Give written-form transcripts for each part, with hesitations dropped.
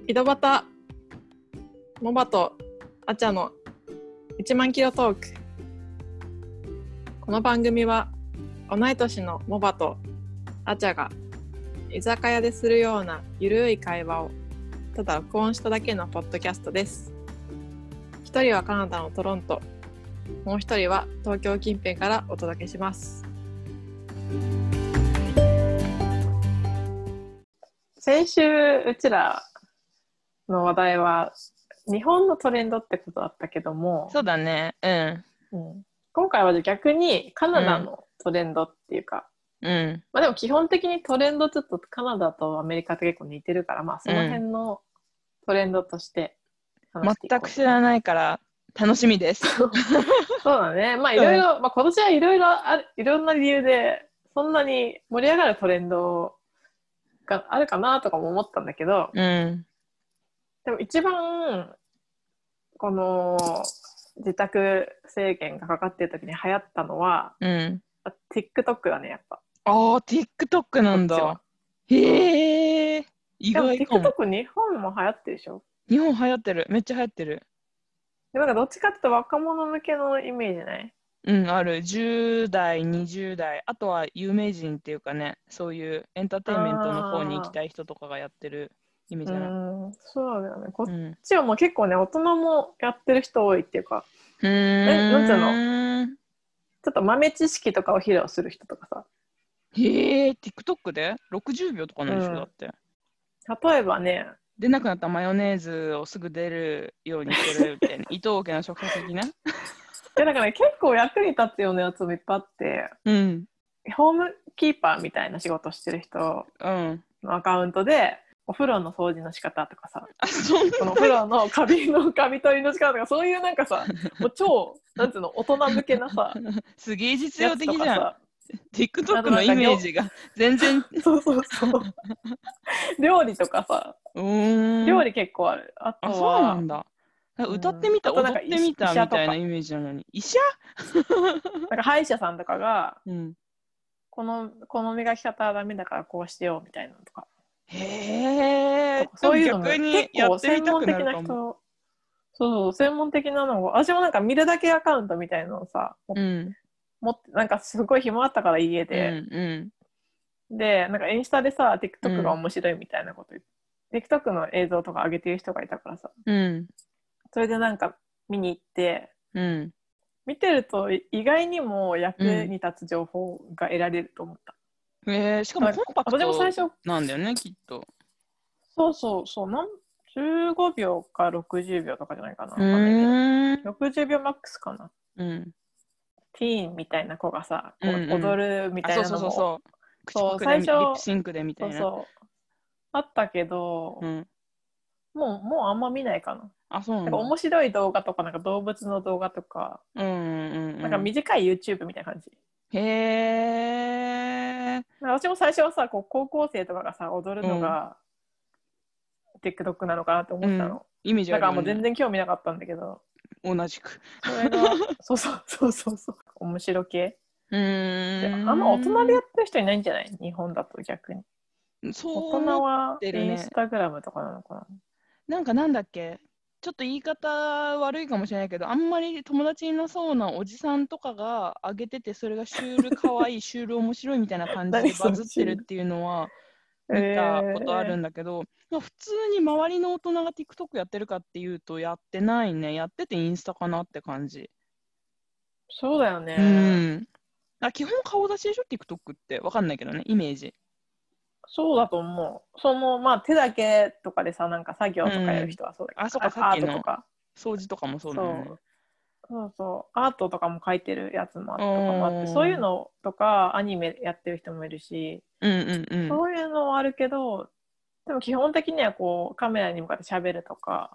井戸端モバとアチャの1万キロトーク。この番組は同い年のモバとアチャが居酒屋でするようなゆるい会話をただ録音しただけのポッドキャストです。一人はカナダのトロント、もう一人は東京近辺からお届けします。先週うちらの話題は日本のトレンドってことだったけども、 そうだね、 今回は逆にカナダのトレンドっていうか、でも基本的にトレンドちょっとカナダとアメリカって結構似てるから、その辺のトレンドとして話していこう、 全く知らないから楽しみです。 そうだね。いろいろ、今年はいろいろいろんな理由でそんなに盛り上がるトレンドがあるかなとかも思ったんだけど、でも一番この自宅制限がかかってる時に流行ったのは、TikTok だね、やっぱ。 TikTok なんだ。へえ、意外かも。 でも TikTok 日本も流行ってるでしょ？ 日本流行ってる、めっちゃ流行ってる。 でもどっちかっていうと若者向けのイメージない？ ある。10代、20代、あとは有名人っていうかね、そういうエンターテインメントの方に行きたい人とかがやってるイメージだな。 そうだよね。こっちはもう結構ね、大人もやってる人多いっていうか、なんつうの、ちょっと豆知識とかを披露する人とかさ。 へえ、TikTok で60秒とかの一緒だって。 例えばね、 出なくなったマヨネーズをすぐ出るようにするみたいな伊藤家の食卓的な。 だからね、結構役に立つようなやつもいっぱいあって、ホームキーパーみたいな仕事してる人のアカウントで、お風呂の掃除の仕方とかさ、このお風呂のカビ取りの仕方とか、そういうなんかさ、もう超なんつうの、大人向けなさ、 すげえ実用的じゃん。TikTok のイメージが全然そう料理とかさ、料理結構ある。あとはそうなんだ。歌ってみた、踊ってみたみたいなイメージなのに。医者なんか歯医者さんとかが、この磨き方はダメだからこうしてよみたいなのとか。 へえ。 そういうのも逆に結構専門的なやってみたくなるかも。 そう、専門的なのを、私もなんか見るだけアカウントみたいなのをさ、持って、なんかすごい暇あったから家で、で、なんかインスタでさ、TikTok が面白いみたいなこと言って、TikTok の映像とか上げてる人がいたからさ、それでなんか見に行って、見てると意外にも役に立つ情報が得られると思った。 しかもコンパクトなんだよね、きっと。 そう、15秒か60秒とかじゃないかな。60秒マックスかな。ティーンみたいな子がさ、こう踊るみたいなのも、 そう最初リップシンクでみたいな。 あったけど、もうあんま見ないかな。なんか面白い動画とか、なんか動物の動画とか、なんか短い YouTube みたいな感じ。私も最初はさ、こう高校生とかがさ、踊るのが、TikTok なのかなって思ったの。 イメージあるよね。 だからもう全然興味なかったんだけど。 同じく。 それが、そう。面白系。あんま大人でやってる人いないんじゃない？日本だと逆に。大人はインスタグラムとかなのかな。 なんだっけ、ちょっと言い方悪いかもしれないけど、あんまり友達いなそうなおじさんとかが上げてて、それがシュールかわいい、シュール面白いみたいな感じでバズってるっていうのは見たことあるんだけど、普通に周りの大人が TikTok やってるかっていうとやってないね。やっててインスタかなって感じ。 そうだよね。 基本顔出しでしょ TikTok って。わかんないけどね、イメージ。 そうだと思う。手だけとかでさ、なんか作業とかやる人はそうだけど、 そうか、さっきの掃除とかもそうだよね。 そう、アートとかも描いてるやつもとかもあって、そういうのとかアニメやってる人もいるし、そういうのはあるけど、でも基本的にはこうカメラに向かって喋るとか、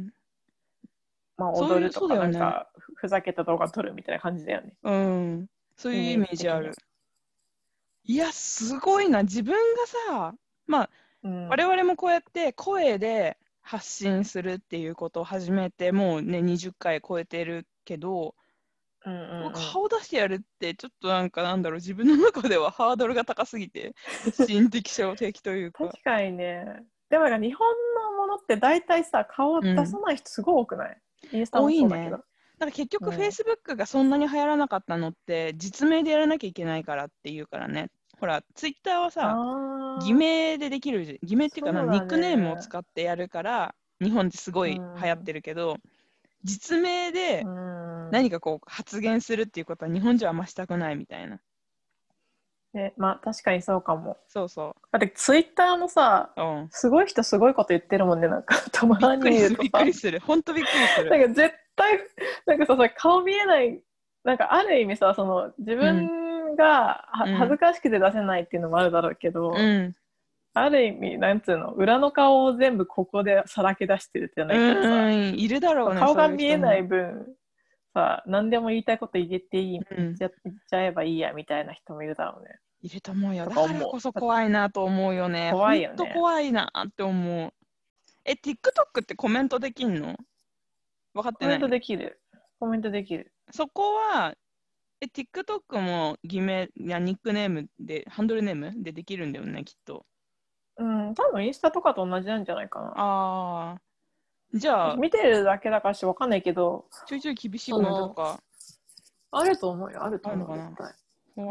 踊るとか、なんかふざけた動画撮るみたいな感じだよね。 そういうイメージある。いや、すごいな。自分がさ、我々もこうやって声で発信するっていうことを始めて、もうね、20回超えてるけど、顔出してやるって、ちょっとなんだろう、自分の中ではハードルが高すぎて、心的障壁というか。 確かにね。でも日本のものって大体さ、顔出さない人すごい多くない、インスタもそうだけど。 なんか結局、Facebook がそんなに流行らなかったのって、実名でやらなきゃいけないからっていうからね。ほら、Twitter はさ、偽名でできるじゃん。偽名っていうかな、ニックネームを使ってやるから、日本ってすごい流行ってるけど、実名で何かこう発言するっていうことは日本人はあんましたくないみたいな。 まあ確かにそうかも。 そうそう。 だってツイッターもさ、すごい人すごいこと言ってるもんね、なんかたまに見るとさ。 びっくりする。ほんとびっくりする。 なんか絶対、なんかさ、顔見えない、なんかある意味さ、その自分が恥ずかしくて出せないっていうのもあるだろうけど、ある意味、なんつうの、裏の顔を全部ここでさらけ出してるじゃないけどさ、 いるだろうね、 顔が見えない分、さ、何でも言いたいこと言っていい、言っちゃえばいいやみたいな人もいるだろうね。 いると思うよ。だからこそ怖いなと思うよね。 怖いよね。 ほんと怖いなって思う。TikTok ってコメントできんの？分かってない。 コメントできる。コメントできる。 そこは、TikTok も偽名やニックネームで、ハンドルネームでできるんだよね、きっと。 多分インスタとかと同じなんじゃないかな。 ああ。じゃあ、 見てるだけだからし分かんないけど、 ちょいちょい厳しいコメントとか。 あると思うよ、あると思う。 あるのかな。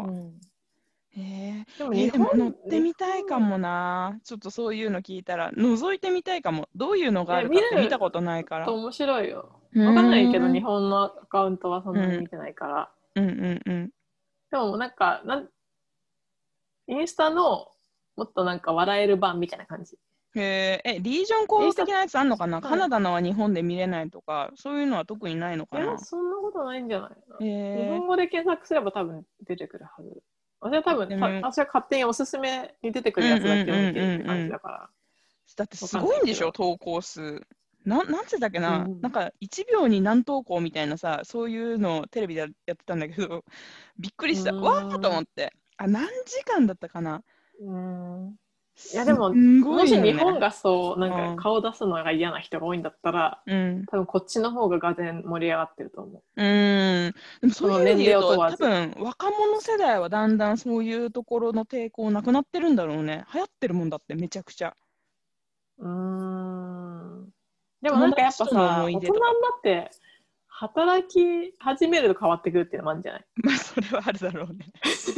でもでも乗ってみたいかもな。ちょっとそういうの聞いたら、覗いてみたいかも。どういうのがあるかって見たことないから。 面白いよ。分かんないけど、日本のアカウントはそんなに見てないから。でもなんか、インスタのもっとなんか笑える版みたいな感じ。 リージョンコード的なやつあんのかな？カナダのは日本で見れないとか、そういうのは特にないのかな？ いや、そんなことないんじゃないの？日本語で検索すれば多分出てくるはず。私は勝手におすすめに出てくるやつだけを見てるって感じだから。 だってすごいんでしょ、投稿数。なんつったっけな、なんか1秒に何投稿みたいなさ、そういうのをテレビでやってたんだけど、びっくりした。わーと思って。何時間だったかな。 いやでも、もし日本がそうなんか顔出すのが嫌な人が多いんだったら、多分こっちの方ががぜん盛り上がってると思う。 でもそういう意味で言うと多分若者世代はだんだんそういうところの抵抗なくなってるんだろうね。流行ってるもんだってめちゃくちゃ。 でもなんかやっぱさ、大人になって働き始めると変わってくるっていうのもあるんじゃない？ まあそれはあるだろうね。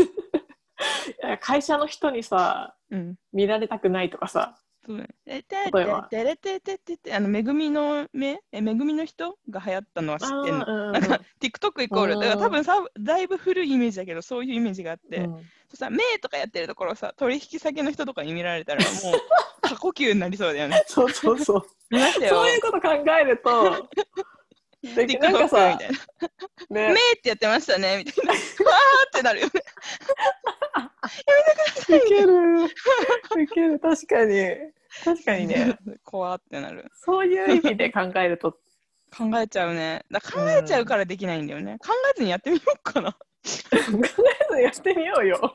会社の人にさ、見られたくないとかさ、 例えばめぐみの人が流行ったのは知ってんの。なんか TikTok イコールだから多分さだいぶ古いイメージだけどそういうイメージがあって、そしたら目とかやってるところさ取引先の人とかに見られたらもう過呼吸になりそうだよね。 そう見ましたよ。そういうこと考えるとなんかさ、目ってやってましたねみたいな、わーってなるよね。 やめてください。ウケる、確かにね。 怖ってなる。 そういう意味で考えると考えちゃうね。考えちゃうからできないんだよね。考えずにやってみようかな。考えずにやってみようよ。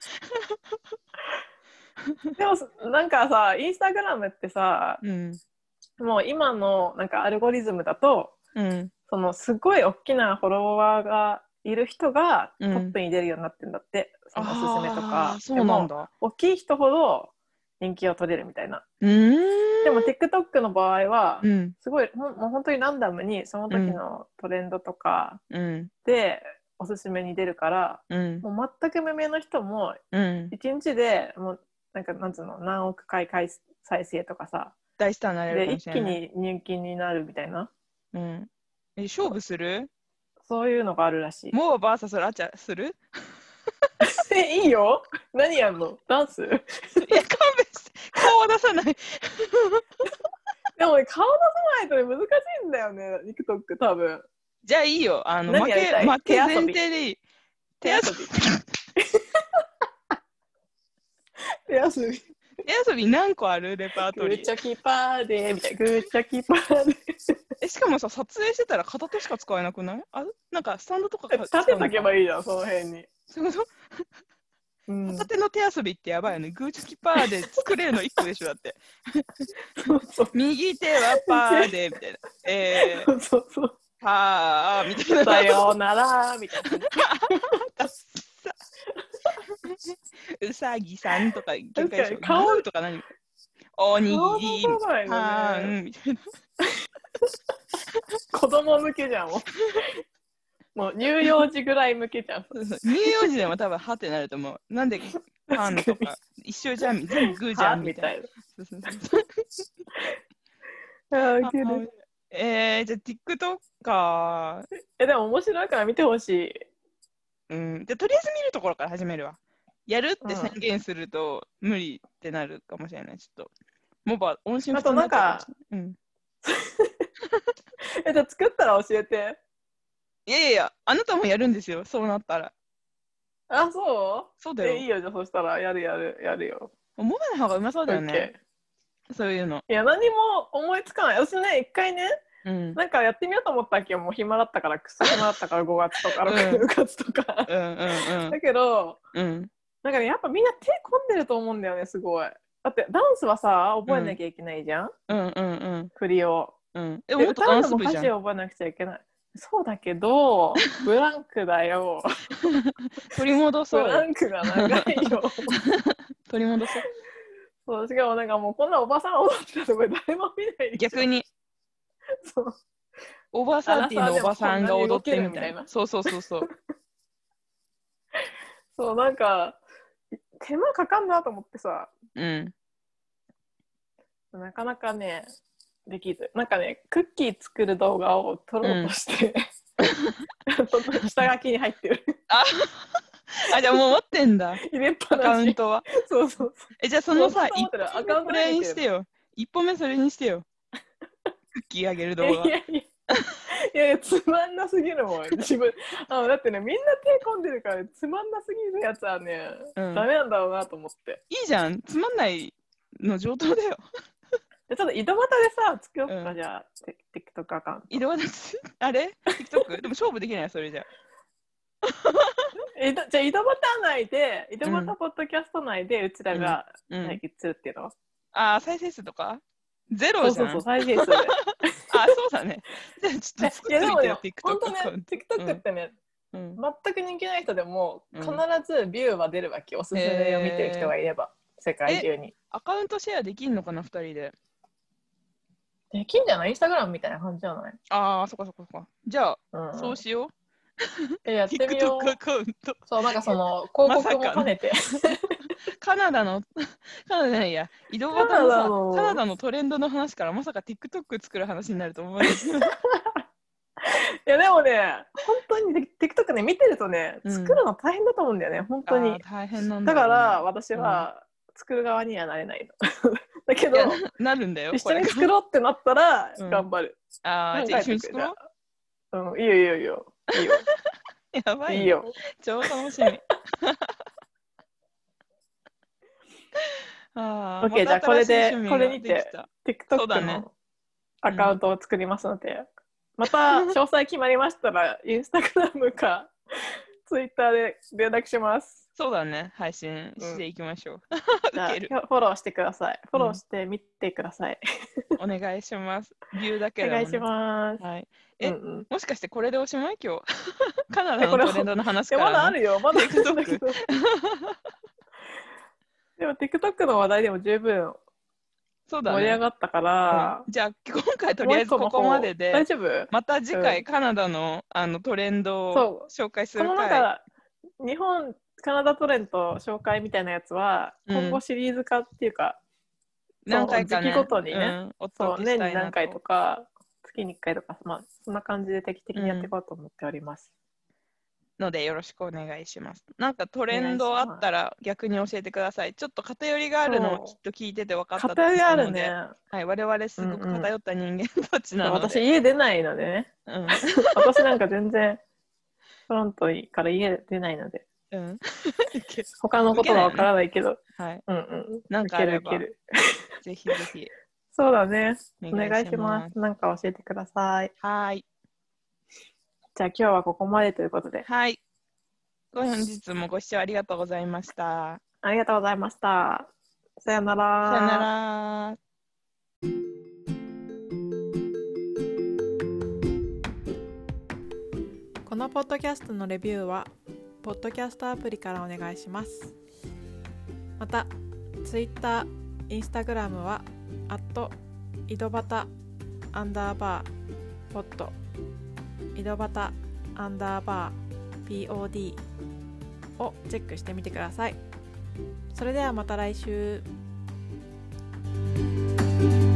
でもなんかさ、インスタグラムってさ、もう今のなんかアルゴリズムだと、そのすごい大きなフォロワーがいる人がトップに出るようになってるんだって、そのおすすめとか。 そうなんだ。 大きい人ほど人気を取れるみたいな。でも TikTok の場合は、すごいもう本当にランダムにその時のトレンドとかでおすすめに出るから、もう全く無名の人も1日でもうなんかなんつうの何億回再生とかさ、 大スターになれるかもしれない。 で一気に人気になるみたいな。 勝負する？ そういうのがあるらしい。 モー VS ラチャする？ いいよ。何やんの？ダンス？いや、勘弁して。顔は出さない。 でも、ね、顔出さないと、ね、難しいんだよね、TikTok 多分。 じゃあいいよ。負け前提でいい。手遊び。 手遊び。 手遊び何個ある？レパートリー。 グーチョキパーでみたいな。グーチョキパーで。 しかもさ、撮影してたら片手しか使えなくない？なんかスタンドとか立てとけばいいじゃん、その辺に。 そういうこと？片手の手遊びってやばいよね。グーチョキパーで作れるの1個でしょ、だって。右手はパーでみたいな。パーみたいな。 さようならみたいな。 うさぎさんとか、顔とか何？ おにぎりそうだよねパンみたいな。 子供向けじゃんもう。もう乳幼児ぐらい向けじゃん。 そうそう乳幼児でも多分はってなると思う。なんでパンとか一緒じゃん、全部グーじゃんみたいな。そうそうそうあーウケる。 じゃあ TikTok か。 でも面白いから見てほしい。 じゃあとりあえず見るところから始めるわ。やるって宣言すると無理ってなるかもしれない。ちょっと。モバ、音信不通になっちゃうかもしれない。 じゃあ作ったら教えて。 いやいや、あなたもやるんですよ、そうなったら。 あ、そうそうだよ。 いいよ、じゃあそしたらやるよ。 モバの方がうまそうだよね。そういうの。 いや、何も思いつかない。私ね、一回ね、 なんかやってみようと思ったっけ、もう暇だったから、くそ暇だったから5月とか6月とか。だけど、なんかね、やっぱみんな手込んでると思うんだよね、すごい。だってダンスはさ、覚えなきゃいけないじゃん。振りを。 でも歌うのも歌詞を覚えなくちゃいけない。そうだけど、ブランクだよ。 取り戻そう。 ブランクが長いよ。 取り戻そう。 そう、しかもなんかもうこんなおばさん踊ってたとこ誰も見ない。 逆に。 そう。 オーバーサーティーのおばさんが踊ってるみたいな。そう。そう、 なんか、手間かかんなと思ってさ。なかなかね、できず。なんかね、クッキー作る動画を撮ろうとして、下書きに入ってる。 じゃあもう持ってんだ。 入れっぱなし。 アカウントは。 そう。 じゃあそのさ、一歩目それにしてよ。一歩目それにしてよ。クッキーあげる動画。 いや、つまんなすぎるもん。自分。だってね、みんな手込んでるから、つまんなすぎるやつはね、ダメなんだろうなと思って。 いいじゃん。つまんないの上等だよ。 ちょっと井戸端でさ、作ろうか、じゃあ、TikTok アカウント。 井戸端あれ ?TikTok? でも勝負できないよ、それじゃ。 じゃあ井戸端内で、井戸端ポッドキャスト内でうちらが映るっていうの、 再生数とかゼロじゃん。 そう、再生数で。 そうだね。じゃあちょっと作ってみてよ、TikTok。 本当ね、TikTok ってね、全く人気ない人でも必ずビューは出るわけ。おすすめを見てる人がいれば、世界中に。 アカウントシェアできんのかな、2人で。 できんじゃない？インスタグラムみたいな感じじゃない？ そっか。じゃあ、そうしよう。 やってみよう。 TikTok アカウント。 そう、なんかその広告も兼ねて。 カナダいや、井戸端のさ、カナダのトレンドの話からまさか TikTok 作る話になると思うんですけど。いやでもね、本当に TikTok ね、見てるとね、作るの大変だと思うんだよね、本当に。 大変なんだ。 だから私は作る側にはなれないの。だけど、 なるんだよ。 一緒に作ろうってなったら頑張る。 じゃあ一緒に作ろう。いいよ。 やばい。 いいよ。 超楽しみ。 OK、じゃあこれにて TikTok のアカウントを作りますので、また詳細決まりましたらインスタグラムかツイッターで連絡します。 そうだね、配信していきましょう。 じゃあフォローしてください。フォローしてみてください。 お願いします。ビューだけでも、 お願いします。 もしかしてこれでおしまい今日。カナダのトレンドの話から。 まだあるよ、まだあるんだけど。でも TikTok の話題でも十分盛り上がったから、 じゃあ今回とりあえずここまでで、 大丈夫？ また次回カナダのトレンドを紹介する回。 このなんか日本カナダトレンド紹介みたいなやつは、今後シリーズ化っていうか、 何回かね、 時期ごとにね、年に何回とか月に1回とか、そんな感じで定期的にやっていこうと思っております。 のでよろしくお願いします。なんかトレンドあったら逆に教えてください。ちょっと偏りがあるのをきっと聞いてて分かったと思うので。 偏りあるね。 はい、我々すごく偏った人間たちなので。 私家出ないのでね。私なんか全然フロントから家出ないので。他のことは分からないけど。 なんかあればぜひぜひ。 そうだね。お願いします。なんか教えてください。 はい。 じゃあ今日はここまでということで。 はい。本日もご視聴ありがとうございました。 ありがとうございました。さよなら。 さよなら。 このポッドキャストのレビューは、ポッドキャストアプリからお願いします。また、Twitter、 インスタグラムは井戸端_ポッド井戸端_pod をチェックしてみてください。それではまた来週。